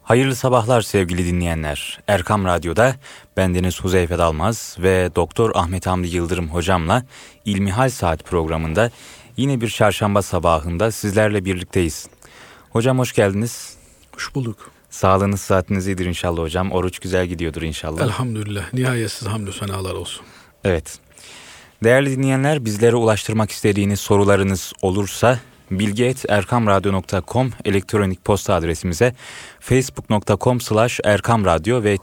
Hayırlı sabahlar sevgili dinleyenler. Erkam Radyo'da bendeniz Huzeyfe Dalmaz ve Doktor Ahmet Hamdi Yıldırım hocamla İlmihal Saat programında yine bir çarşamba sabahında sizlerle birlikteyiz. Hocam hoş geldiniz. Hoş bulduk. Sağlığınız saatiniz iyidir inşallah hocam. Oruç güzel gidiyordur inşallah. Elhamdülillah. Nihayetsiz hamdü senalar olsun. Evet. Değerli dinleyenler, bizlere ulaştırmak istediğiniz sorularınız olursa bilgi@erkamradyo.com elektronik posta adresimize, facebook.com/erkamradyo ve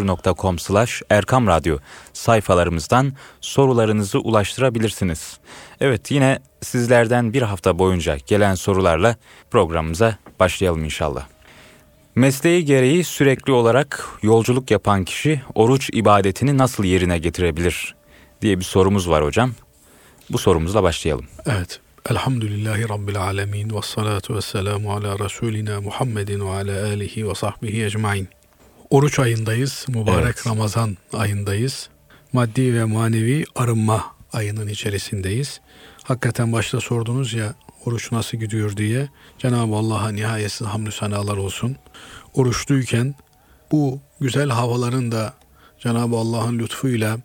twitter.com/erkamradyo sayfalarımızdan sorularınızı ulaştırabilirsiniz. Evet, yine sizlerden bir hafta boyunca gelen sorularla programımıza başlayalım inşallah. Mesleği gereği sürekli olarak yolculuk yapan kişi oruç ibadetini nasıl yerine getirebilir diye bir sorumuz var hocam. Bu sorumuzla başlayalım. Evet. Elhamdülillahi Rabbil alemin ve salatu ve selamu ala Resulina Muhammedin ve ala alihi ve sahbihi ecmain. Oruç ayındayız. Mübarek evet. Ramazan ayındayız. Maddi ve manevi arınma ayının içerisindeyiz. Hakikaten başta sordunuz ya oruç nasıl gidiyor diye. Cenab-ı Allah'a nihayetsiz hamdü senalar olsun. Oruçluyken bu güzel havaların da Cenab-ı Allah'ın lütfuyla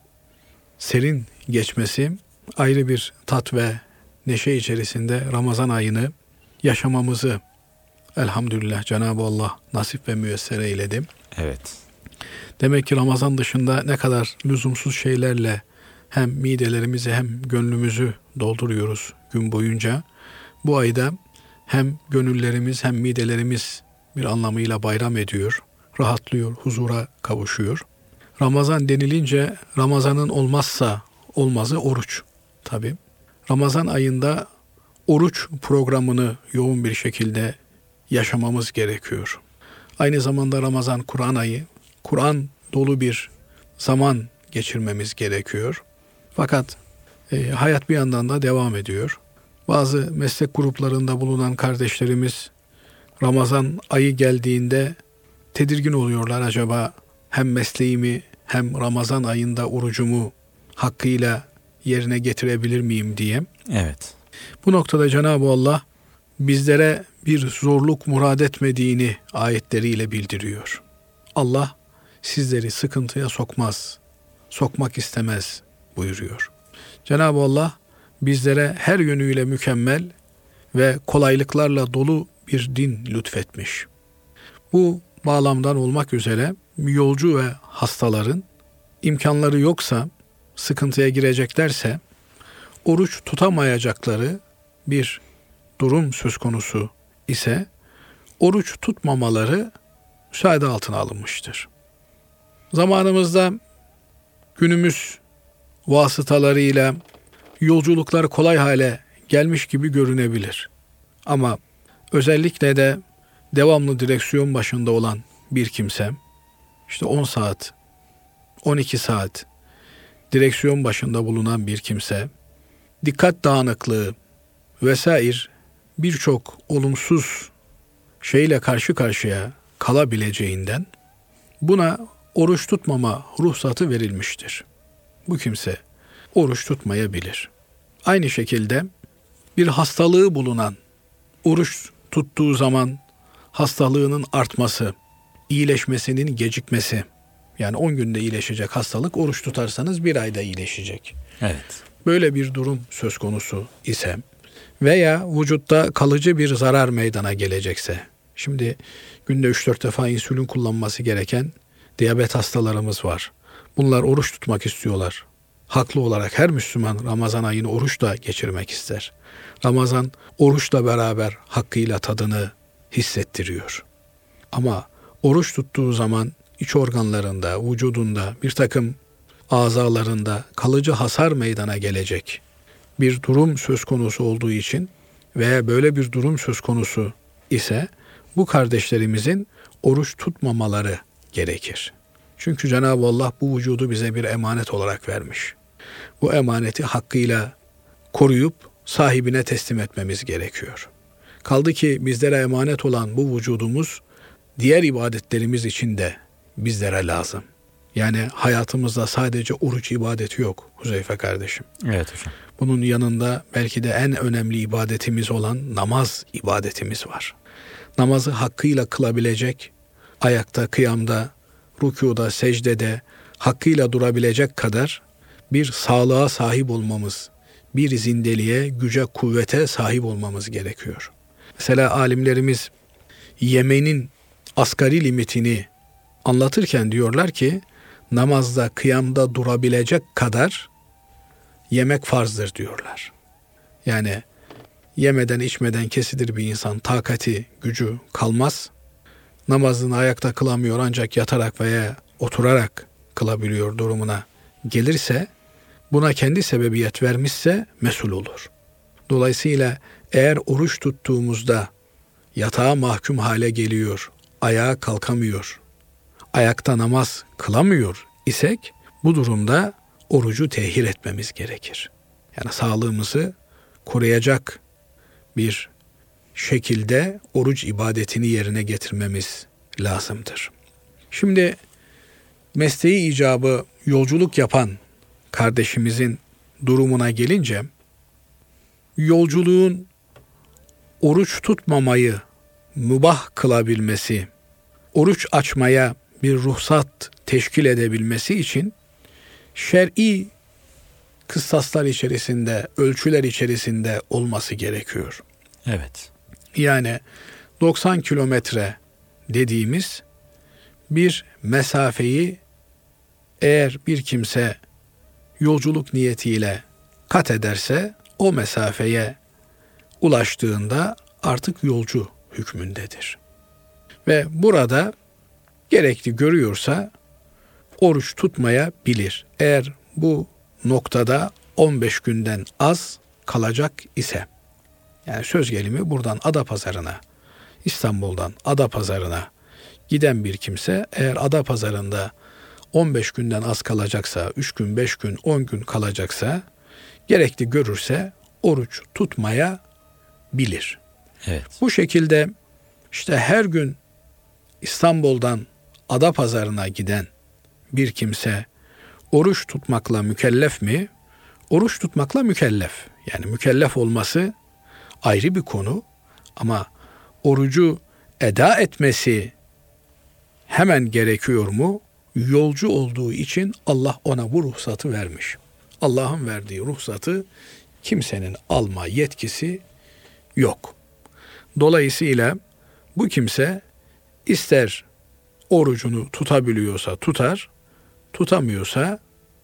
serin geçmesi ayrı bir tat ve neşe içerisinde Ramazan ayını yaşamamızı elhamdülillah Cenab-ı Allah nasip ve müyesser eyledi. Evet. Demek ki Ramazan dışında ne kadar lüzumsuz şeylerle hem midelerimizi hem gönlümüzü dolduruyoruz gün boyunca. Bu ayda hem gönüllerimiz hem midelerimiz bir anlamıyla bayram ediyor, rahatlıyor, huzura kavuşuyor. Ramazan denilince Ramazan'ın olmazsa olmazı oruç tabii. Ramazan ayında oruç programını yoğun bir şekilde yaşamamız gerekiyor. Aynı zamanda Ramazan Kur'an ayı, Kur'an dolu bir zaman geçirmemiz gerekiyor. Fakat hayat bir yandan da devam ediyor. Bazı meslek gruplarında bulunan kardeşlerimiz Ramazan ayı geldiğinde tedirgin oluyorlar. Acaba hem mesleğimi hem Ramazan ayında orucumu hakkıyla yerine getirebilir miyim diye. Evet. Bu noktada Cenab-ı Allah bizlere bir zorluk murad etmediğini ayetleriyle bildiriyor. Allah sizleri sıkıntıya sokmaz, sokmak istemez buyuruyor. Cenab-ı Allah bizlere her yönüyle mükemmel ve kolaylıklarla dolu bir din lütfetmiş. Bu bağlamdan olmak üzere yolcu ve hastaların imkanları yoksa, sıkıntıya gireceklerse, oruç tutamayacakları bir durum söz konusu ise oruç tutmamaları müsaade altına alınmıştır. Zamanımızda günümüz vasıtalarıyla yolculuklar kolay hale gelmiş gibi görünebilir. Ama özellikle de devamlı direksiyon başında olan bir kimse, işte 10 saat, 12 saat direksiyon başında bulunan bir kimse, dikkat dağınıklığı vesaire birçok olumsuz şeyle karşı karşıya kalabileceğinden buna oruç tutmama ruhsatı verilmiştir. Bu kimse oruç tutmayabilir. Aynı şekilde bir hastalığı bulunan, oruç tuttuğu zaman hastalığının artması, iyileşmesinin gecikmesi, yani 10 günde iyileşecek hastalık, oruç tutarsanız 1 ayda iyileşecek. Evet. Böyle bir durum söz konusu ise veya vücutta kalıcı bir zarar meydana gelecekse, şimdi günde 3-4 defa insülin kullanması gereken diyabet hastalarımız var. Bunlar oruç tutmak istiyorlar. Haklı olarak her Müslüman Ramazan ayını oruçla geçirmek ister. Ramazan oruçla beraber hakkıyla tadını hissettiriyor. Ama oruç tuttuğu zaman iç organlarında, vücudunda, bir takım azalarında kalıcı hasar meydana gelecek bir durum söz konusu olduğu için veya böyle bir durum söz konusu ise bu kardeşlerimizin oruç tutmamaları gerekir. Çünkü Cenab-ı Allah bu vücudu bize bir emanet olarak vermiş. Bu emaneti hakkıyla koruyup sahibine teslim etmemiz gerekiyor. Kaldı ki bizlere emanet olan bu vücudumuz diğer ibadetlerimiz için de bizlere lazım. Yani hayatımızda sadece oruç ibadeti yok Huzeyfe kardeşim. Evet hocam. Bunun yanında belki de en önemli ibadetimiz olan namaz ibadetimiz var. Namazı hakkıyla kılabilecek, ayakta, kıyamda, rükûda, secdede hakkıyla durabilecek kadar bir sağlığa sahip olmamız, bir zindeliğe, güce, kuvvete sahip olmamız gerekiyor. Mesela alimlerimiz yemenin asgari limitini anlatırken diyorlar ki namazda, kıyamda durabilecek kadar yemek farzdır diyorlar. Yani yemeden içmeden kesilir bir insan, takati, gücü kalmaz. Namazını ayakta kılamıyor ancak yatarak veya oturarak kılabiliyor durumuna gelirse, buna kendi sebebiyet vermişse mesul olur. Dolayısıyla eğer oruç tuttuğumuzda yatağa mahkum hale geliyor, ayağa kalkamıyor, ayakta namaz kılamıyor isek bu durumda orucu tehir etmemiz gerekir. Yani sağlığımızı koruyacak bir şekilde oruç ibadetini yerine getirmemiz lazımdır. Şimdi mesleği icabı yolculuk yapan kardeşimizin durumuna gelince, yolculuğun oruç tutmamayı mübah kılabilmesi, oruç açmaya bir ruhsat teşkil edebilmesi için şer'i kıssaslar içerisinde, ölçüler içerisinde olması gerekiyor. Evet. Yani 90 kilometre dediğimiz bir mesafeyi eğer bir kimse yolculuk niyetiyle kat ederse o mesafeye ulaştığında artık yolcu hükmündedir. Ve burada gerekli görüyorsa oruç tutmaya bilir. Eğer bu noktada 15 günden az kalacak ise, yani söz gelimi buradan Adapazarı'na, İstanbul'dan Adapazarı'na giden bir kimse eğer Adapazarı'nda 15 günden az kalacaksa, 3 gün, 5 gün, 10 gün kalacaksa, gerekli görürse oruç tutmaya bilir. Evet. Bu şekilde işte her gün İstanbul'dan Adapazarı'na giden bir kimse oruç tutmakla mükellef mi? Oruç tutmakla mükellef. Yani mükellef olması ayrı bir konu ama orucu eda etmesi hemen gerekiyor mu? Yolcu olduğu için Allah ona bu ruhsatı vermiş. Allah'ın verdiği ruhsatı kimsenin alma yetkisi yok. Dolayısıyla bu kimse ister orucunu tutabiliyorsa tutar, tutamıyorsa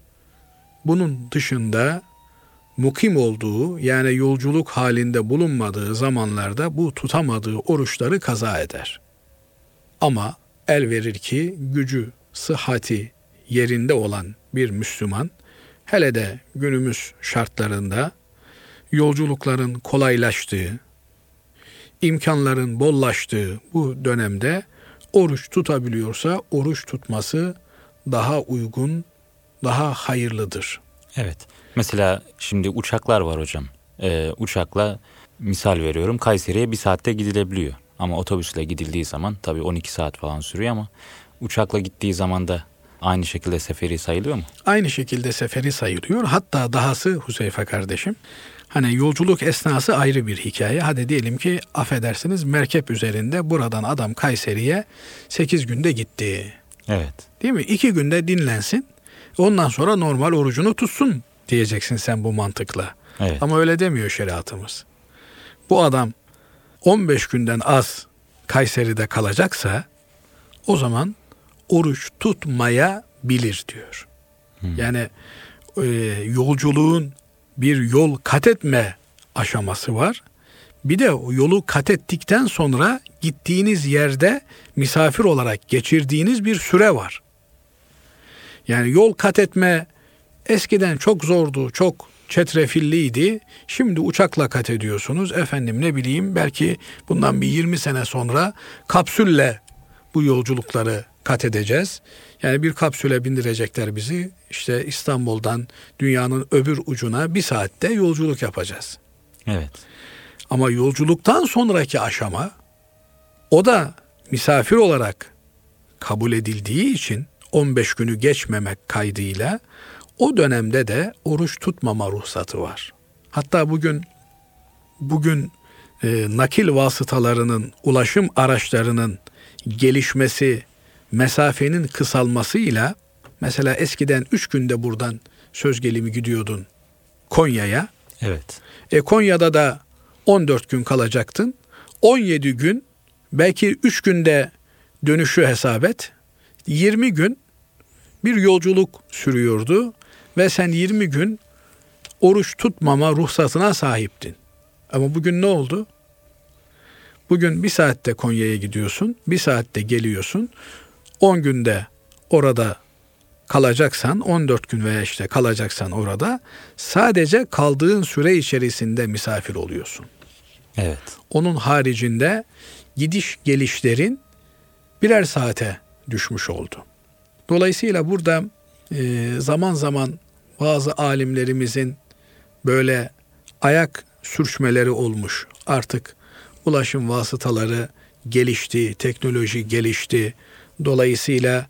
bunun dışında mukim olduğu, yani yolculuk halinde bulunmadığı zamanlarda bu tutamadığı oruçları kaza eder. Ama el verir ki gücü, sıhhati yerinde olan bir Müslüman, hele de günümüz şartlarında yolculukların kolaylaştığı, imkanların bollaştığı bu dönemde oruç tutabiliyorsa oruç tutması daha uygun, daha hayırlıdır. Evet. Mesela şimdi uçaklar var hocam. Uçakla misal veriyorum Kayseri'ye 1 saatte gidilebiliyor. Ama otobüsle gidildiği zaman tabii 12 saat falan sürüyor ama uçakla gittiği zaman da aynı şekilde seferi sayılıyor mu? Aynı şekilde seferi sayılıyor. Hatta dahası Huzeyfe kardeşim, hani yolculuk esnası ayrı bir hikaye. Hadi diyelim ki affedersiniz merkep üzerinde buradan adam Kayseri'ye 8 günde gitti. Evet. Değil mi? 2 günde dinlensin. Ondan sonra normal orucunu tutsun diyeceksin sen bu mantıkla. Evet. Ama öyle demiyor şeriatımız. Bu adam 15 günden az Kayseri'de kalacaksa o zaman oruç tutmaya bilir diyor. Yani yolculuğun bir yol kat etme aşaması var. Bir de o yolu kat ettikten sonra gittiğiniz yerde misafir olarak geçirdiğiniz bir süre var. Yani yol kat etme eskiden çok zordu, çok çetrefilliydi. Şimdi uçakla kat ediyorsunuz. Efendim ne bileyim belki bundan bir 20 sene sonra kapsülle bu yolculukları kat edeceğiz. Yani bir kapsüle bindirecekler bizi. İşte İstanbul'dan dünyanın öbür ucuna 1 saatte yolculuk yapacağız. Evet. Ama yolculuktan sonraki aşama o da misafir olarak kabul edildiği için 15 günü geçmemek kaydıyla o dönemde de oruç tutmama ruhsatı var. Hatta bugün nakil vasıtalarının, ulaşım araçlarının gelişmesi, mesafenin kısalmasıyla, mesela eskiden 3 günde buradan söz gelimi gidiyordun Konya'ya. Evet. Konya'da da 14 gün kalacaktın. 17 gün, belki 3 günde dönüşü hesap et. 20 gün bir yolculuk sürüyordu ve sen 20 gün oruç tutmama ruhsatına sahiptin. Ama bugün ne oldu? Bugün 1 saatte Konya'ya gidiyorsun, 1 saatte geliyorsun. 10 günde orada kalacaksan, 14 gün veya işte kalacaksan orada, sadece kaldığın süre içerisinde misafir oluyorsun. Evet. Onun haricinde gidiş gelişlerin birer saate düşmüş oldu. Dolayısıyla burada zaman zaman bazı alimlerimizin böyle ayak sürçmeleri olmuş. Artık ulaşım vasıtaları gelişti, teknoloji gelişti. Dolayısıyla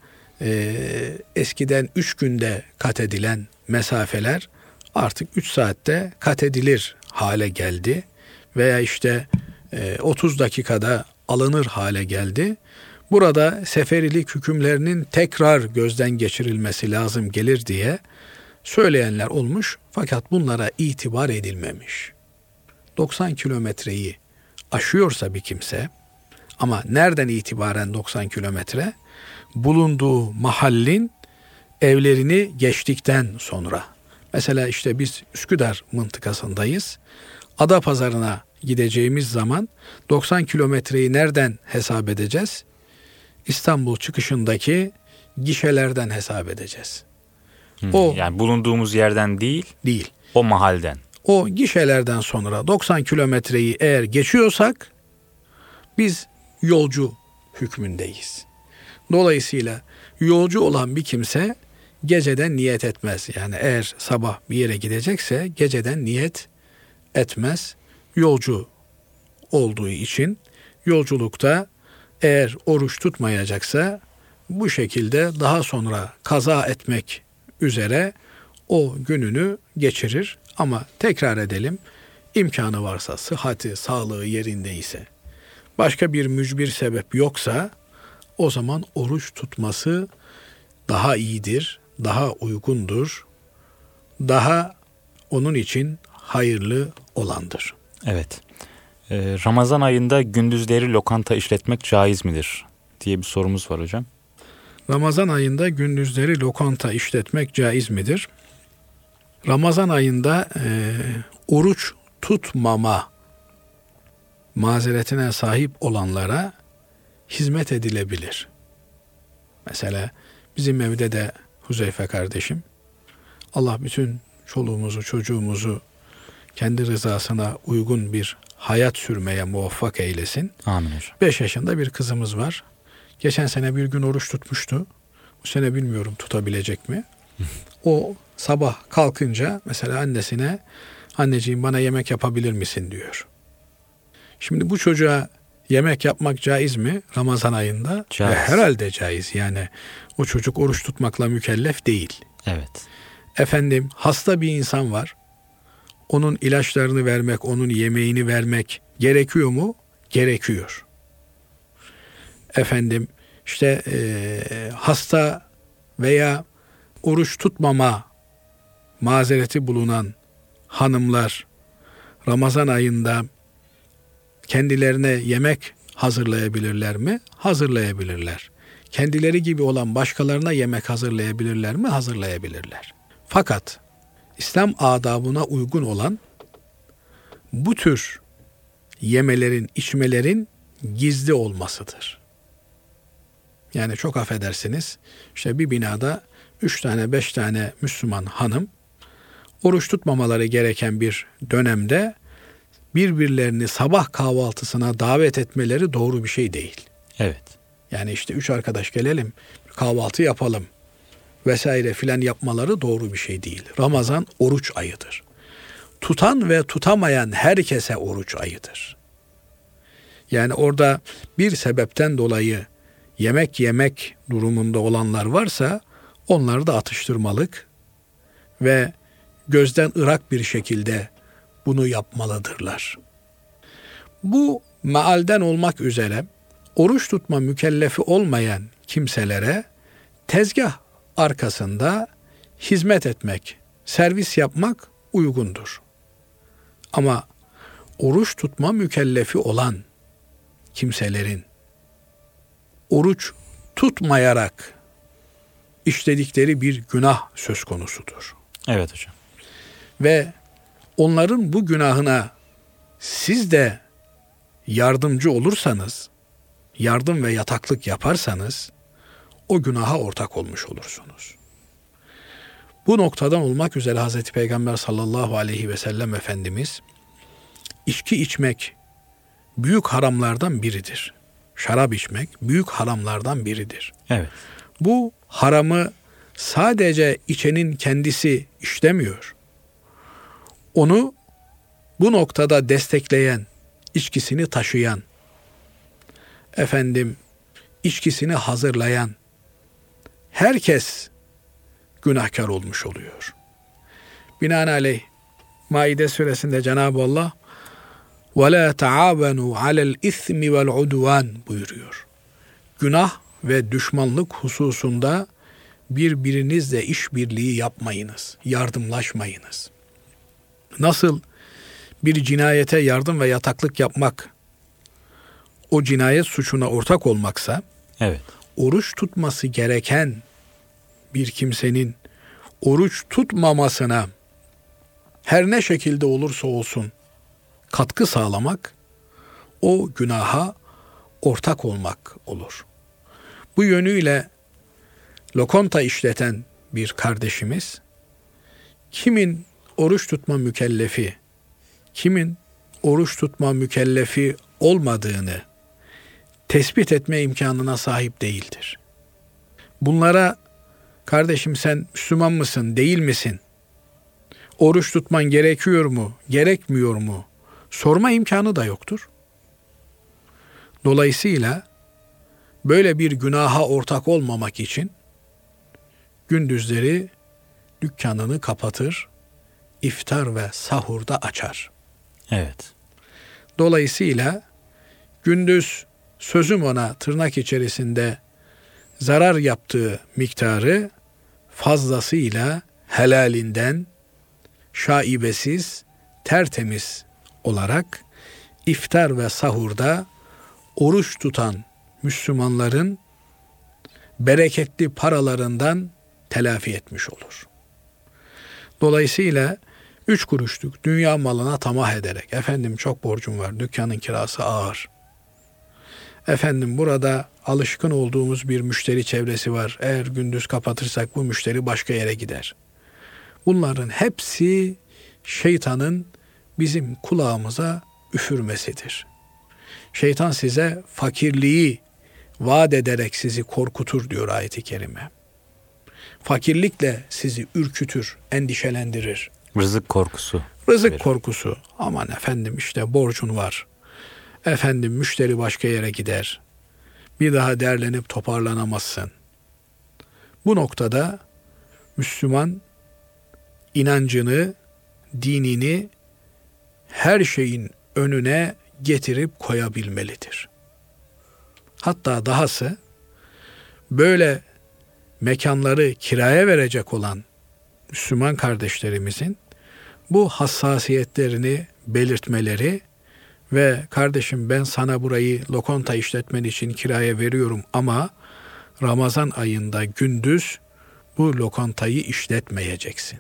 eskiden 3 günde kat edilen mesafeler artık 3 saatte kat edilir hale geldi. Veya işte 30 dakikada alınır hale geldi. Burada seferilik hükümlerinin tekrar gözden geçirilmesi lazım gelir diye söyleyenler olmuş, fakat bunlara itibar edilmemiş. 90 kilometreyi aşıyorsa bir kimse, ama nereden itibaren 90 kilometre? Bulunduğu mahallin evlerini geçtikten sonra. Mesela işte biz Üsküdar mıntıkasındayız. Adapazarı'na gideceğimiz zaman 90 kilometreyi nereden hesap edeceğiz? İstanbul çıkışındaki gişelerden hesap edeceğiz. Yani bulunduğumuz yerden değil, o mahalden. O gişelerden sonra 90 kilometreyi eğer geçiyorsak biz yolcu hükmündeyiz. Dolayısıyla yolcu olan bir kimse geceden niyet etmez. Yani eğer sabah bir yere gidecekse geceden niyet etmez. Yolcu olduğu için yolculukta eğer oruç tutmayacaksa bu şekilde daha sonra kaza etmek üzere o gününü geçirir. Ama tekrar edelim, imkanı varsa, sıhhati, sağlığı yerindeyse, başka bir mücbir sebep yoksa o zaman oruç tutması daha iyidir, daha uygundur, daha onun için hayırlı olandır. Evet. Ramazan ayında gündüzleri lokanta işletmek caiz midir diye bir sorumuz var hocam. Ramazan ayında gündüzleri lokanta işletmek caiz midir? Ramazan ayında oruç tutmama mazeretine sahip olanlara hizmet edilebilir. Mesela bizim evde de Huzeyfe kardeşim, Allah bütün çoluğumuzu, çocuğumuzu kendi rızasına uygun bir hayat sürmeye muvaffak eylesin. Amin hocam. 5 yaşında bir kızımız var. Geçen sene bir gün oruç tutmuştu. Bu sene bilmiyorum tutabilecek mi? O sabah kalkınca mesela annesine, anneciğim bana yemek yapabilir misin diyor. Şimdi bu çocuğa yemek yapmak caiz mi Ramazan ayında? Caiz. Herhalde caiz. Yani o çocuk oruç tutmakla mükellef değil. Evet. Efendim, hasta bir insan var. Onun ilaçlarını vermek, onun yemeğini vermek gerekiyor mu? Gerekiyor. Efendim, işte hasta veya oruç tutmama mazereti bulunan hanımlar Ramazan ayında kendilerine yemek hazırlayabilirler mi? Hazırlayabilirler. Kendileri gibi olan başkalarına yemek hazırlayabilirler mi? Hazırlayabilirler. Fakat İslam adabına uygun olan bu tür yemelerin, içmelerin gizli olmasıdır. Yani çok affedersiniz, işte bir binada 3 tane 5 tane Müslüman hanım oruç tutmamaları gereken bir dönemde birbirlerini sabah kahvaltısına davet etmeleri doğru bir şey değil. Evet. Yani işte 3 arkadaş gelelim, kahvaltı yapalım vesaire filan yapmaları doğru bir şey değil. Ramazan oruç ayıdır. Tutan ve tutamayan herkese oruç ayıdır. Yani orada bir sebepten dolayı yemek yemek durumunda olanlar varsa onları da atıştırmalık ve gözden ırak bir şekilde bunu yapmalıdırlar. Bu mealden olmak üzere oruç tutma mükellefi olmayan kimselere tezgah arkasında hizmet etmek, servis yapmak uygundur. Ama oruç tutma mükellefi olan kimselerin oruç tutmayarak işledikleri bir günah söz konusudur. Evet hocam. Ve onların bu günahına siz de yardımcı olursanız, yardım ve yataklık yaparsanız o günaha ortak olmuş olursunuz. Bu noktadan olmak üzere Hazreti Peygamber sallallahu aleyhi ve sellem Efendimiz içki içmek büyük haramlardan biridir. Şarap içmek büyük haramlardan biridir. Evet. Bu haramı sadece içenin kendisi işlemiyor. Onu bu noktada destekleyen, içkisini taşıyan, içkisini hazırlayan herkes günahkar olmuş oluyor. Binaenaleyh Maide suresinde Cenab-ı Allah وَلَا تَعَاوَنُوا عَلَى الْاِثْمِ وَالْعُدْوَانِ buyuruyor. Günah ve düşmanlık hususunda birbirinizle işbirliği yapmayınız, yardımlaşmayınız. Nasıl bir cinayete yardım ve yataklık yapmak o cinayet suçuna ortak olmaksa, evet, oruç tutması gereken bir kimsenin oruç tutmamasına her ne şekilde olursa olsun katkı sağlamak, o günaha ortak olmak olur. Bu yönüyle lokanta işleten bir kardeşimiz, kimin oruç tutma mükellefi, kimin oruç tutma mükellefi olmadığını tespit etme imkanına sahip değildir. Bunlara, kardeşim sen Müslüman mısın, değil misin? Oruç tutman gerekiyor mu, gerekmiyor mu? Sorma imkanı da yoktur. Dolayısıyla böyle bir günaha ortak olmamak için gündüzleri dükkanını kapatır, iftar ve sahurda açar. Evet. Dolayısıyla gündüz sözüm ona tırnak içerisinde zarar yaptığı miktarı fazlasıyla helalinden şaibesiz, tertemiz olarak iftar ve sahurda oruç tutan Müslümanların bereketli paralarından telafi etmiş olur. Dolayısıyla 3 kuruşluk dünya malına tamah ederek, çok borcum var, dükkanın kirası ağır. Burada alışkın olduğumuz bir müşteri çevresi var. Eğer gündüz kapatırsak bu müşteri başka yere gider. Bunların hepsi şeytanın bizim kulağımıza üfürmesidir. Şeytan size fakirliği vaat ederek sizi korkutur diyor ayet-i kerime. Fakirlikle sizi ürkütür, endişelendirir. Rızık korkusu. Rızık korkusu. Aman borcun var. Müşteri başka yere gider. Bir daha derlenip toparlanamazsın. Bu noktada Müslüman inancını, dinini her şeyin önüne getirip koyabilmelidir. Hatta dahası böyle mekanları kiraya verecek olan Müslüman kardeşlerimizin bu hassasiyetlerini belirtmeleri ve kardeşim ben sana burayı lokanta işletmen için kiraya veriyorum ama Ramazan ayında gündüz bu lokantayı işletmeyeceksin.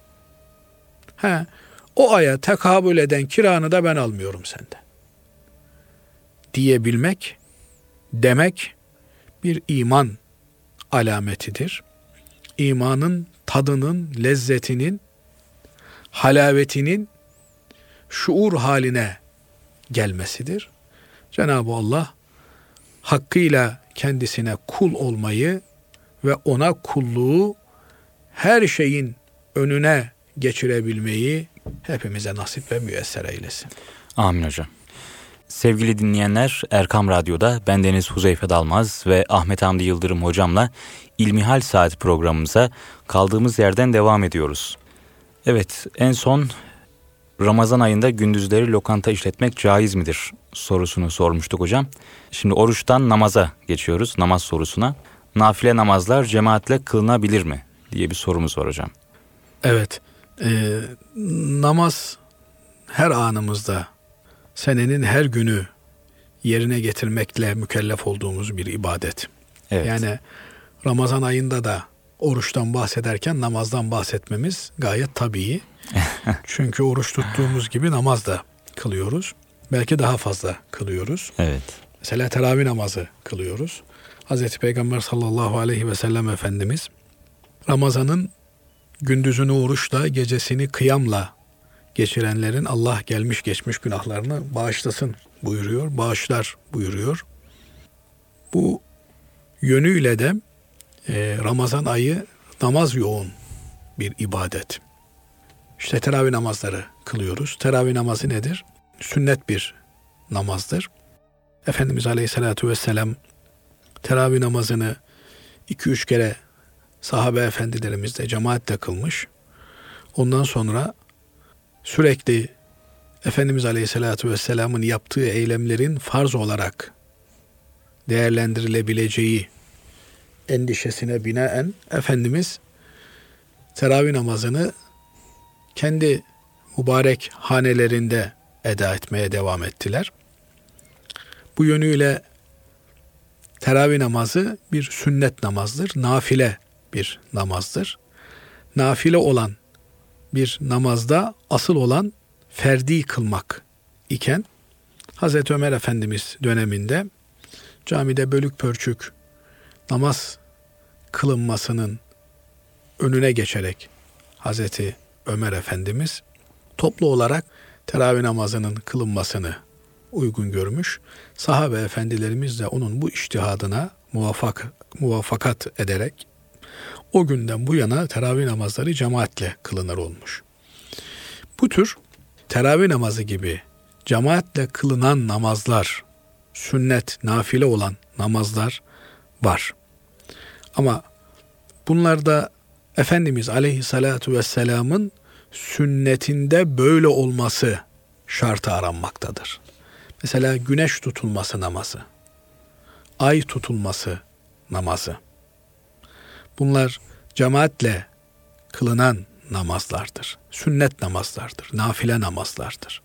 O aya tekabül eden kiranı da ben almıyorum senden. Diyebilmek, demek bir iman alametidir. İmanın tadının, lezzetinin, halavetinin şuur haline gelmesidir. Cenab-ı Allah hakkıyla kendisine kul olmayı ve ona kulluğu her şeyin önüne geçirebilmeyi hepimize nasip ve müyesser eylesin. Amin hocam. Sevgili dinleyenler, Erkam Radyo'da bendeniz Huzeyfe Dalmaz ve Ahmet Hamdi Yıldırım hocamla İlmihal Saat programımıza kaldığımız yerden devam ediyoruz. Evet, en son Ramazan ayında gündüzleri lokanta işletmek caiz midir sorusunu sormuştuk hocam. Şimdi oruçtan namaza geçiyoruz, namaz sorusuna. Nafile namazlar cemaatle kılınabilir mi diye bir sorumuz var hocam. Evet, namaz her anımızda, senenin her günü yerine getirmekle mükellef olduğumuz bir ibadet. Evet. Yani Ramazan ayında da oruçtan bahsederken namazdan bahsetmemiz gayet tabii. Çünkü oruç tuttuğumuz gibi namaz da kılıyoruz. Belki daha fazla kılıyoruz. Evet. Mesela teravih namazı kılıyoruz. Hazreti Peygamber sallallahu aleyhi ve sellem Efendimiz Ramazan'ın gündüzünü oruçla, gecesini kıyamla geçirenlerin Allah gelmiş geçmiş günahlarını bağışlasın buyuruyor, bağışlar buyuruyor. Bu yönüyle de Ramazan ayı namaz yoğun bir ibadet. İşte teravih namazları kılıyoruz. Teravih namazı nedir? Sünnet bir namazdır. Efendimiz Aleyhisselatü Vesselam teravih namazını 2-3 kere sahabe efendilerimizle cemaatle kılmış. Ondan sonra sürekli Efendimiz Aleyhisselatü Vesselam'ın yaptığı eylemlerin farz olarak değerlendirilebileceği endişesine binaen Efendimiz teravih namazını kendi mübarek hanelerinde eda etmeye devam ettiler. Bu yönüyle teravih namazı bir sünnet namazdır, nafile bir namazdır. Nafile olan bir namazda asıl olan ferdi kılmak iken Hazreti Ömer Efendimiz döneminde camide bölük pörçük namaz kılınmasının önüne geçerek Hazreti Ömer Efendimiz toplu olarak teravih namazının kılınmasını uygun görmüş. Sahabe efendilerimiz de onun bu içtihadına muvaffakat ederek o günden bu yana teravih namazları cemaatle kılınır olmuş. Bu tür teravih namazı gibi cemaatle kılınan namazlar, sünnet, nafile olan namazlar var. Ama bunlarda Efendimiz Aleyhissalatu Vesselam'ın sünnetinde böyle olması şartı aranmaktadır. Mesela güneş tutulması namazı, ay tutulması namazı. Bunlar cemaatle kılınan namazlardır. Sünnet namazlardır, nafile namazlardır.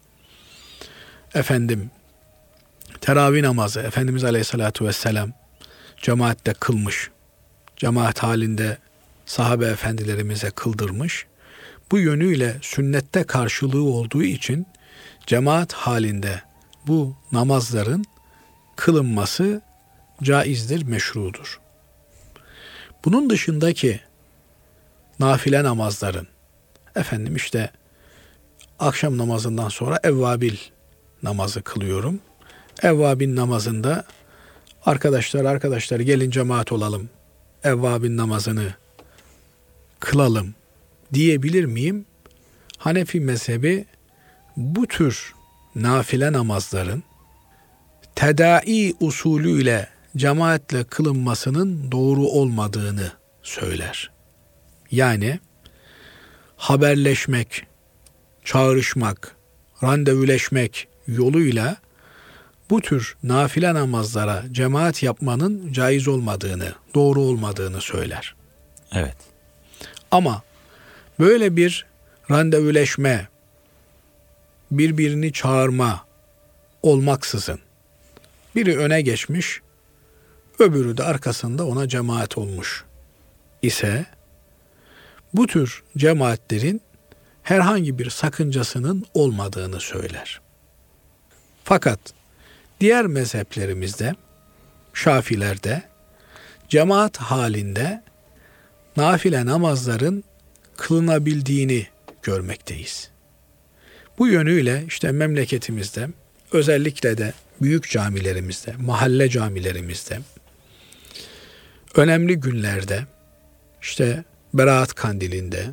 Teravih namazı Efendimiz Aleyhissalatu Vesselam cemaatle kılmış. Cemaat halinde sahabe efendilerimize kıldırmış. Bu yönüyle sünnette karşılığı olduğu için cemaat halinde bu namazların kılınması caizdir, meşrudur. Bunun dışındaki nafile namazların, işte akşam namazından sonra evvabil namazı kılıyorum. Evvabin namazında arkadaşlar gelin cemaat olalım, evvabin namazını kılalım diyebilir miyim? Hanefi mezhebi bu tür nafile namazların tedai usulüyle cemaatle kılınmasının doğru olmadığını söyler. Yani haberleşmek, çağrışmak, randevuleşmek yoluyla bu tür nafile namazlara cemaat yapmanın caiz olmadığını, doğru olmadığını söyler. Evet. Ama böyle bir randevuleşme, birbirini çağırma olmaksızın biri öne geçmiş, öbürü de arkasında ona cemaat olmuş ise bu tür cemaatlerin herhangi bir sakıncasının olmadığını söyler. Fakat diğer mezheplerimizde, Şafilerde, cemaat halinde nafile namazların kılınabildiğini görmekteyiz. Bu yönüyle memleketimizde, özellikle de büyük camilerimizde, mahalle camilerimizde, önemli günlerde, Berat Kandili'nde,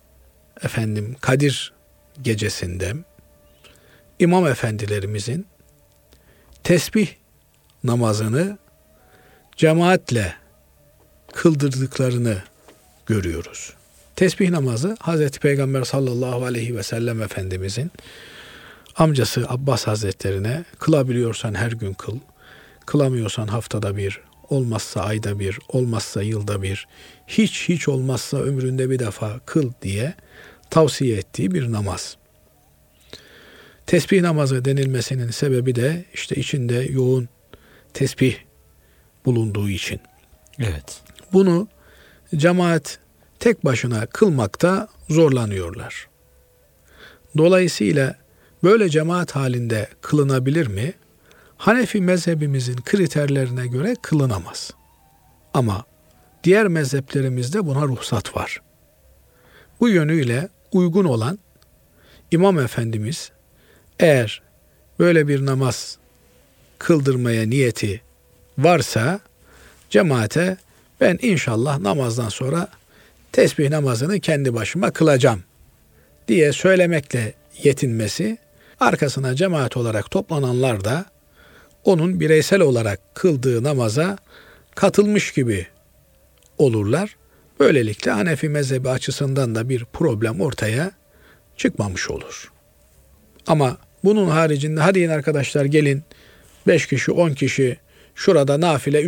Kadir Gecesi'nde, imam efendilerimizin tesbih namazını cemaatle kıldırdıklarını görüyoruz. Tesbih namazı Hazreti Peygamber sallallahu aleyhi ve sellem Efendimizin amcası Abbas Hazretlerine kılabiliyorsan her gün kıl, kılamıyorsan haftada bir, olmazsa ayda bir, olmazsa yılda bir, hiç olmazsa ömründe bir defa kıl diye tavsiye ettiği bir namaz. Tesbih namazı denilmesinin sebebi de işte içinde yoğun tesbih bulunduğu için. Evet. Bunu cemaat tek başına kılmakta zorlanıyorlar. Dolayısıyla böyle cemaat halinde kılınabilir mi? Hanefi mezhebimizin kriterlerine göre kılınamaz. Ama diğer mezheplerimizde buna ruhsat var. Bu yönüyle uygun olan İmam Efendimiz eğer böyle bir namaz kıldırmaya niyeti varsa cemaate ben inşallah namazdan sonra tesbih namazını kendi başıma kılacağım diye söylemekle yetinmesi, arkasına cemaat olarak toplananlar da onun bireysel olarak kıldığı namaza katılmış gibi olurlar. Böylelikle Hanefi mezhebi açısından da bir problem ortaya çıkmamış olur. Ama bunun haricinde hadi yine arkadaşlar gelin 5 kişi 10 kişi şurada nafile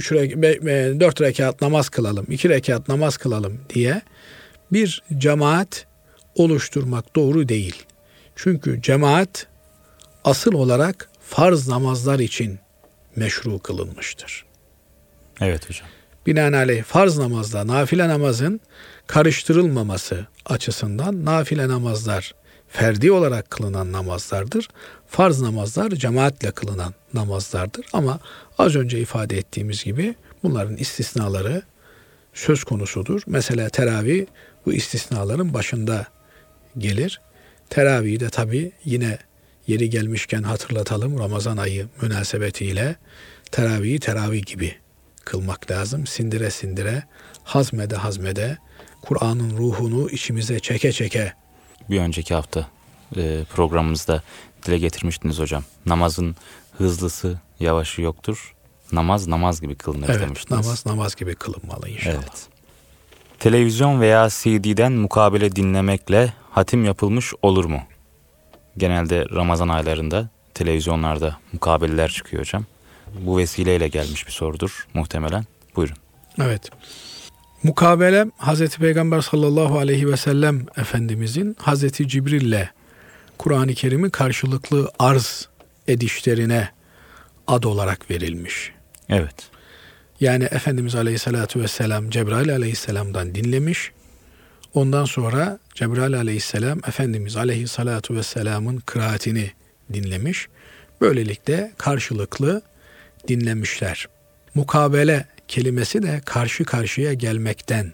4 rekat namaz kılalım, 2 rekat namaz kılalım diye bir cemaat oluşturmak doğru değil. Çünkü cemaat asıl olarak farz namazlar için meşru kılınmıştır. Evet hocam. Binaenaleyh farz namazla nafile namazın karıştırılmaması açısından nafile namazlar ferdi olarak kılınan namazlardır. Farz namazlar cemaatle kılınan namazlardır. Ama az önce ifade ettiğimiz gibi bunların istisnaları söz konusudur. Mesela teravih bu istisnaların başında gelir. Teravih'i de tabii yine yeri gelmişken hatırlatalım, Ramazan ayı münasebetiyle teravih'i teravih gibi kılmak lazım. Sindire sindire, hazmede, Kur'an'ın ruhunu içimize çeke. Bir önceki hafta programımızda dile getirmiştiniz hocam. Namazın hızlısı, yavaşı yoktur. Namaz gibi kılınır demiştiniz. Evet, namaz gibi kılınmalı inşallah. Evet. Televizyon veya CD'den mukabele dinlemekle hatim yapılmış olur mu? Genelde Ramazan aylarında televizyonlarda mukabeleler çıkıyor hocam. Bu vesileyle gelmiş bir sorudur muhtemelen. Buyurun. Evet. Mukabele Hazreti Peygamber sallallahu aleyhi ve sellem Efendimizin Hazreti Cibril'le Kur'an-ı Kerim'i karşılıklı arz edişlerine ad olarak verilmiş. Evet. Yani Efendimiz aleyhissalatu vesselam Cebrail aleyhisselamdan dinlemiş. Ondan sonra Cebrail aleyhisselam Efendimiz aleyhissalatu vesselamın kıraatini dinlemiş. Böylelikle karşılıklı dinlemişler. Mukabele kelimesi de karşı karşıya gelmekten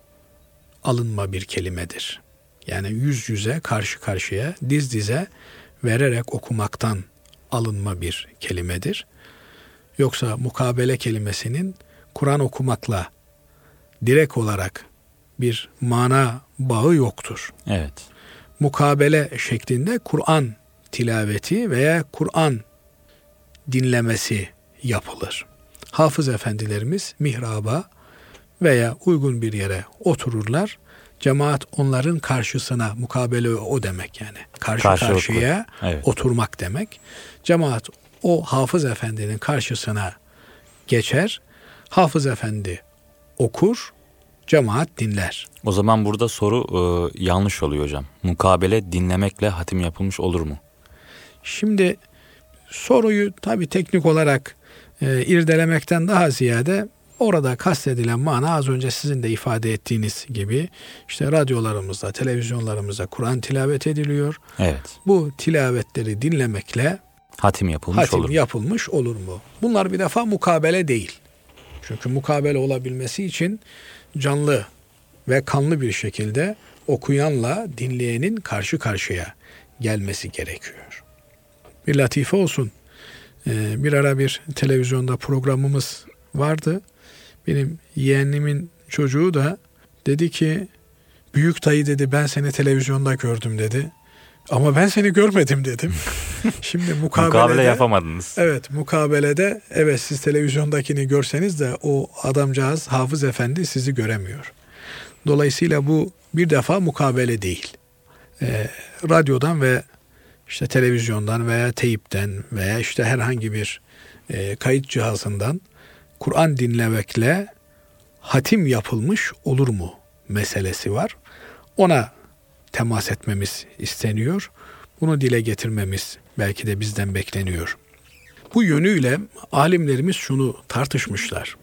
alınma bir kelimedir. Yani yüz yüze, karşı karşıya, diz dize vererek okumaktan alınma bir kelimedir. Yoksa mukabele kelimesinin Kur'an okumakla direkt olarak bir mana bağı yoktur. Evet. Mukabele şeklinde Kur'an tilaveti veya Kur'an dinlemesi yapılır. Hafız efendilerimiz mihraba veya uygun bir yere otururlar. Cemaat onların karşısına, mukabele o demek yani. Karşıya evet, oturmak demek. Cemaat o hafız efendinin karşısına geçer. Hafız efendi okur, cemaat dinler. O zaman burada soru yanlış oluyor hocam. Mukabele dinlemekle hatim yapılmış olur mu? Şimdi soruyu tabii teknik olarak irdelemekten daha ziyade orada kastedilen mana az önce sizin de ifade ettiğiniz gibi işte radyolarımızda, televizyonlarımızda Kur'an tilavet ediliyor. Evet. Bu tilavetleri dinlemekle hatim yapılmış olur mu? Bunlar bir defa mukabele değil. Çünkü mukabele olabilmesi için canlı ve kanlı bir şekilde okuyanla dinleyenin karşı karşıya gelmesi gerekiyor. Bir latife olsun. Bir ara bir televizyonda programımız vardı. Benim yeğenimin çocuğu da dedi ki büyük dayı dedi ben seni televizyonda gördüm dedi. Ama ben seni görmedim dedim. Şimdi mukabele yapamadınız. Evet, mukabelede evet siz televizyondakini görseniz de o adamcağız Hafız Efendi sizi göremiyor. Dolayısıyla bu bir defa mukabele değil. Radyodan ve işte televizyondan veya teyipten veya işte herhangi bir kayıt cihazından Kur'an dinlemekle hatim yapılmış olur mu meselesi var. Ona temas etmemiz isteniyor. Bunu dile getirmemiz belki de bizden bekleniyor. Bu yönüyle alimlerimiz şunu tartışmışlar.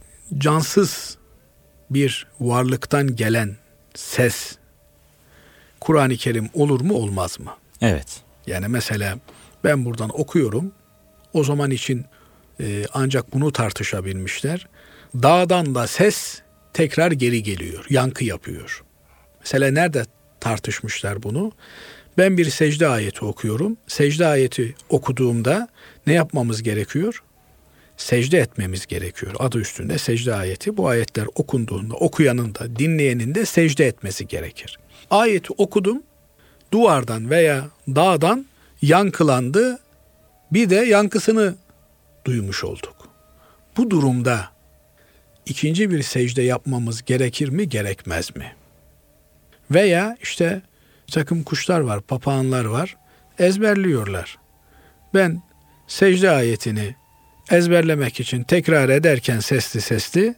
Cansız bir varlıktan gelen ses Kur'an-ı Kerim olur mu olmaz mı? Evet. Yani mesela ben buradan okuyorum. O zaman için ancak bunu tartışabilmişler. Dağdan da ses tekrar geri geliyor, yankı yapıyor. Mesela nerede tartışmışlar bunu? Ben bir secde ayeti okuyorum. Secde ayeti okuduğumda ne yapmamız gerekiyor? Secde etmemiz gerekiyor. Adı üstünde secde ayeti. Bu ayetler okunduğunda okuyanın da dinleyenin de secde etmesi gerekir. Ayeti okudum. Duvardan veya dağdan yankılandı. Bir de yankısını duymuş olduk. Bu durumda ikinci bir secde yapmamız gerekir mi, gerekmez mi? Veya işte takım kuşlar var, papağanlar var, ezberliyorlar. Ben secde ayetini ezberlemek için tekrar ederken sesli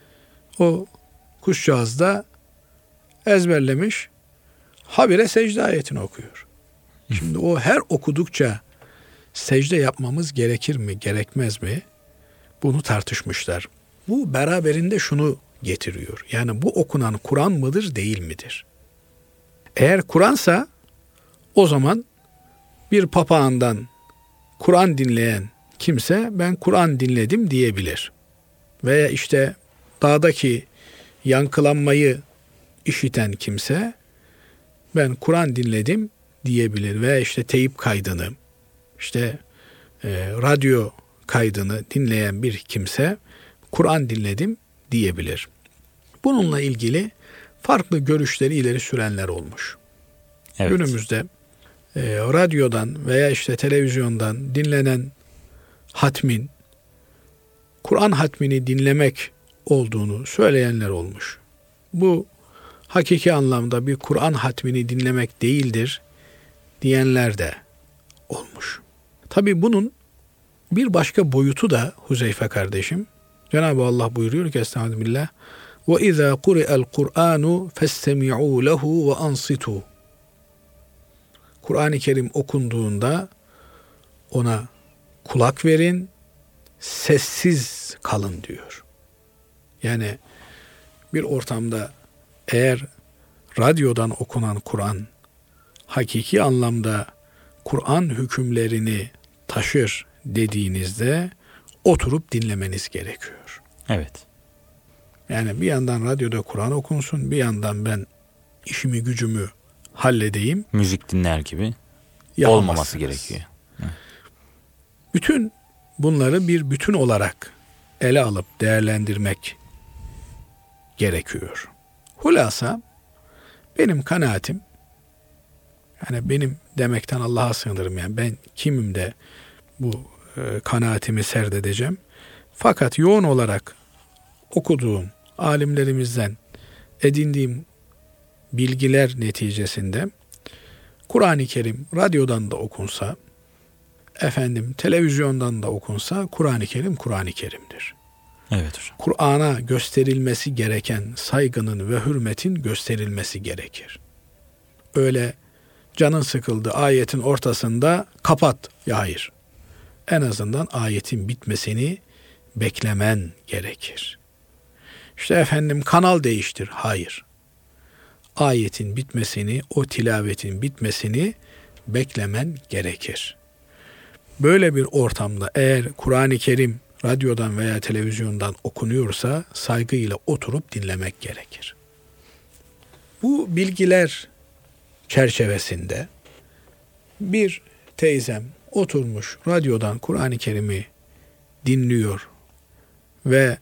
o kuşcağız da ezberlemiş, habire secde ayetini okuyor. Şimdi o her okudukça secde yapmamız gerekir mi, gerekmez mi? Bunu tartışmışlar. Bu beraberinde şunu getiriyor. Yani bu okunan Kur'an mıdır, değil midir? Eğer Kur'ansa o zaman bir papağandan Kur'an dinleyen kimse ben Kur'an dinledim diyebilir. Veya işte dağdaki yankılanmayı işiten kimse ben Kur'an dinledim diyebilir. Veya işte teyip kaydını, işte radyo kaydını dinleyen bir kimse Kur'an dinledim diyebilir. Bununla ilgili farklı görüşleri ileri sürenler olmuş. Evet. Günümüzde radyodan veya işte televizyondan dinlenen hatmin Kur'an hatmini dinlemek olduğunu söyleyenler olmuş. Bu hakiki anlamda bir Kur'an hatmini dinlemek değildir diyenler de olmuş. Tabii bunun bir başka boyutu da Huzeyfe kardeşim. Cenab-ı Allah buyuruyor ki Estağfirullah. وَاِذَا قُرِئَ الْقُرْآنُ فَاسْتَمِعُوا لَهُ وَاَنْصِتُوا. Kur'an-ı Kerim okunduğunda ona kulak verin, sessiz kalın diyor. Yani bir ortamda eğer radyodan okunan Kur'an hakiki anlamda Kur'an hükümlerini taşır dediğinizde oturup dinlemeniz gerekiyor. Evet. Yani bir yandan radyoda Kur'an okunsun, bir yandan ben işimi gücümü halledeyim. Müzik dinler gibi olmaması gerekiyor. Hı. Bütün bunları bir bütün olarak ele alıp değerlendirmek gerekiyor. Hulasa benim kanaatim, yani benim demekten Allah'a sığınırım, yani ben kimim de bu kanaatimi serdedeceğim. Fakat yoğun olarak okuduğum, alimlerimizden edindiğim bilgiler neticesinde Kur'an-ı Kerim radyodan da okunsa, televizyondan da okunsa Kur'an-ı Kerim Kur'an-ı Kerim'dir. Evet hocam. Kur'an'a gösterilmesi gereken saygının ve hürmetin gösterilmesi gerekir. Öyle canın sıkıldı ayetin ortasında kapat. Ya hayır. En azından ayetin bitmesini beklemen gerekir. İşte kanal değiştir. Hayır. Ayetin bitmesini, o tilavetin bitmesini beklemen gerekir. Böyle bir ortamda eğer Kur'an-ı Kerim radyodan veya televizyondan okunuyorsa saygıyla oturup dinlemek gerekir. Bu bilgiler çerçevesinde bir teyzem oturmuş radyodan Kur'an-ı Kerim'i dinliyor ve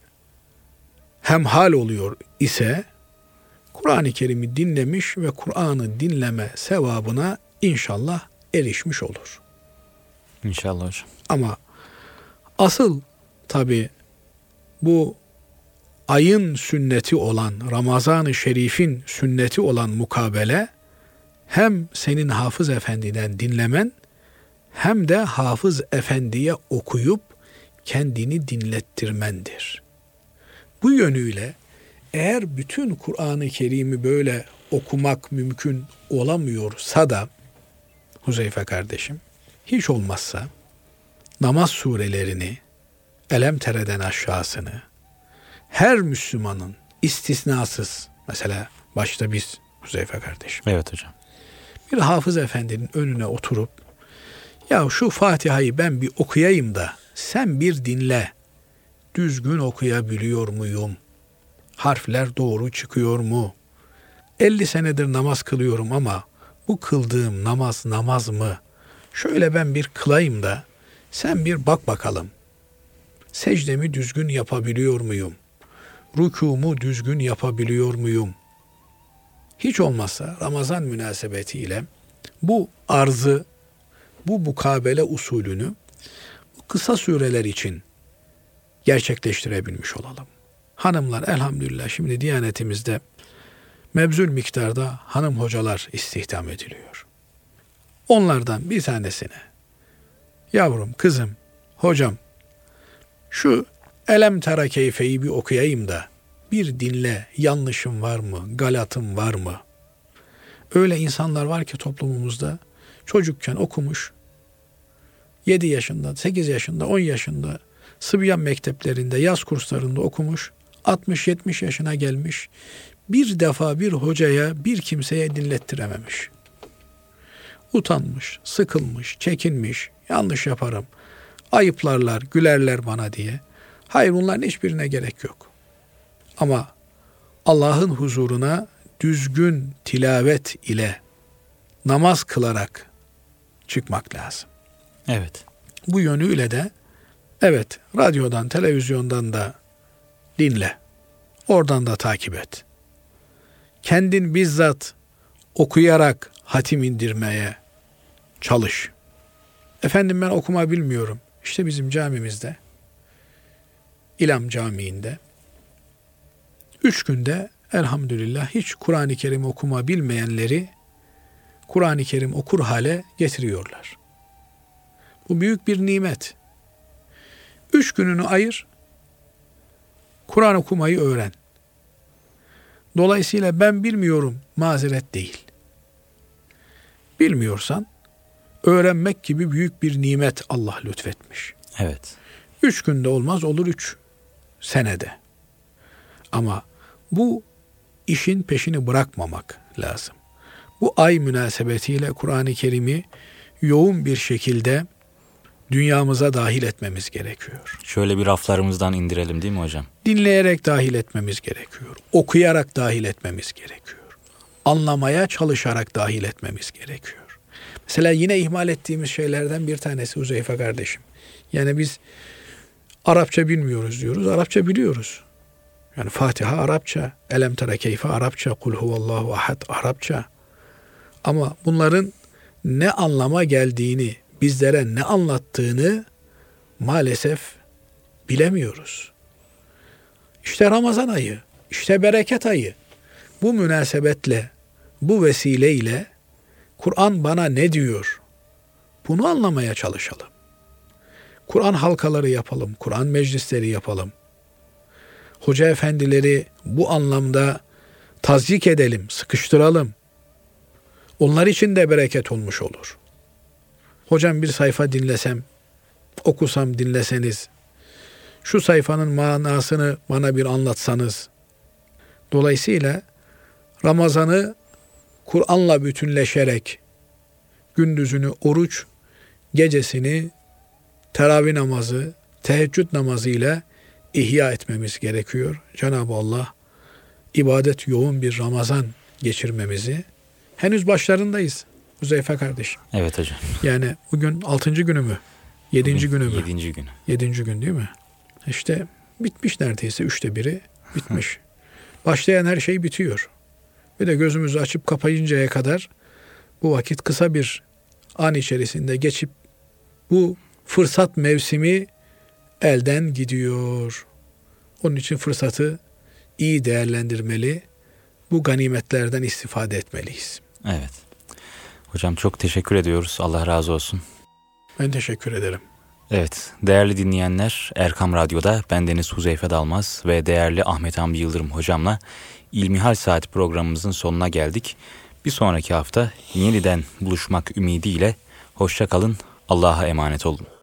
hemhal oluyor ise Kur'an-ı Kerim'i dinlemiş ve Kur'an'ı dinleme sevabına inşallah erişmiş olur. İnşallah hocam. Ama asıl tabii bu ayın sünneti olan, Ramazan-ı Şerif'in sünneti olan mukabele, hem senin Hafız Efendi'den dinlemen, hem de Hafız Efendi'ye okuyup kendini dinlettirmendir. Bu yönüyle eğer bütün Kur'an-ı Kerim'i böyle okumak mümkün olamıyorsa da Huzeyfe kardeşim, hiç olmazsa namaz surelerini, Elem Tere'den aşağısını, her Müslümanın istisnasız, mesela başta biz Huzeyfe kardeşim. Evet hocam. Bir Hafız Efendi'nin önüne oturup, ya şu Fatiha'yı ben bir okuyayım da sen bir dinle. Düzgün okuyabiliyor muyum? Harfler doğru çıkıyor mu? 50 senedir namaz kılıyorum ama bu kıldığım namaz mı? Şöyle ben bir kılayım da sen bir bak bakalım. Secdemi düzgün yapabiliyor muyum? Rükûmu düzgün yapabiliyor muyum? Hiç olmazsa Ramazan münasebetiyle bu arzı, bu mukabele usulünü bu kısa süreler için gerçekleştirebilmiş olalım. Hanımlar elhamdülillah şimdi Diyanetimizde mebzul miktarda hanım hocalar istihdam ediliyor. Onlardan bir tanesine, yavrum, kızım, hocam, şu Elem Tera Keyfe'yi bir okuyayım da bir dinle, yanlışım var mı, galatım var mı? Öyle insanlar var ki toplumumuzda çocukken okumuş, 7 yaşında, 8 yaşında, 10 yaşında Sıbyan mekteplerinde, yaz kurslarında okumuş, 60-70 yaşına gelmiş, bir defa bir hocaya, bir kimseye dinlettirememiş. Utanmış, sıkılmış, çekinmiş, yanlış yaparım, ayıplarlar, gülerler bana diye. Hayır, bunların hiçbirine gerek yok. Ama Allah'ın huzuruna düzgün tilavet ile namaz kılarak çıkmak lazım. Evet. Bu yönüyle de evet, radyodan, televizyondan da dinle. Oradan da takip et. Kendin bizzat okuyarak hatim indirmeye çalış. Efendim ben okuma bilmiyorum. İşte bizim camimizde, İlam Camii'nde 3 günde elhamdülillah hiç Kur'an-ı Kerim okuma bilmeyenleri Kur'an-ı Kerim okur hale getiriyorlar. Bu büyük bir nimet. 3 gününü ayır, Kur'an okumayı öğren. Dolayısıyla ben bilmiyorum mazeret değil. Bilmiyorsan öğrenmek gibi büyük bir nimet Allah lütfetmiş. Evet. 3 günde olmaz, olur 3 senede. Ama bu işin peşini bırakmamak lazım. Bu ay münasebetiyle Kur'an-ı Kerim'i yoğun bir şekilde dünyamıza dahil etmemiz gerekiyor. Şöyle bir raflarımızdan indirelim değil mi hocam? Dinleyerek dahil etmemiz gerekiyor. Okuyarak dahil etmemiz gerekiyor. Anlamaya çalışarak dahil etmemiz gerekiyor. Mesela yine ihmal ettiğimiz şeylerden bir tanesi Huzeyfe kardeşim. Yani biz Arapça bilmiyoruz diyoruz. Arapça biliyoruz. Yani Fatiha Arapça, Elem Tera Keyfe Arapça, Kul Huvallahu Ahad Arapça. Ama bunların ne anlama geldiğini, bizlere ne anlattığını maalesef bilemiyoruz. İşte Ramazan ayı, işte bereket ayı. Bu münasebetle, bu vesileyle Kur'an bana ne diyor? Bunu anlamaya çalışalım. Kur'an halkaları yapalım, Kur'an meclisleri yapalım. Hoca efendileri bu anlamda tazyik edelim, sıkıştıralım. Onlar için de bereket olmuş olur. Hocam bir sayfa dinlesem, okusam dinleseniz, şu sayfanın manasını bana bir anlatsanız. Dolayısıyla Ramazan'ı Kur'an'la bütünleşerek, gündüzünü oruç, gecesini teravih namazı, teheccüd namazı ile ihya etmemiz gerekiyor. Cenab-ı Allah ibadet yoğun bir Ramazan geçirmemizi, henüz başlarındayız Huzeyfe kardeşim. Evet hocam. Yani bugün 6. günü mü? 7. günü mü? 7. günü. 7. gün değil mi? İşte bitmiş neredeyse 1/3 bitmiş. Başlayan her şey bitiyor. Ve de gözümüzü açıp kapayıncaya kadar bu vakit kısa bir an içerisinde geçip bu fırsat mevsimi elden gidiyor. Onun için fırsatı iyi değerlendirmeli, bu ganimetlerden istifade etmeliyiz. Evet. Hocam çok teşekkür ediyoruz. Allah razı olsun. Ben teşekkür ederim. Evet, değerli dinleyenler, Erkam Radyo'da bendeniz Huzeyfe Dalmaz ve değerli Ahmet Hamdi Yıldırım hocamla İlmihal Saati programımızın sonuna geldik. Bir sonraki hafta yeniden buluşmak ümidiyle hoşça kalın, Allah'a emanet olun.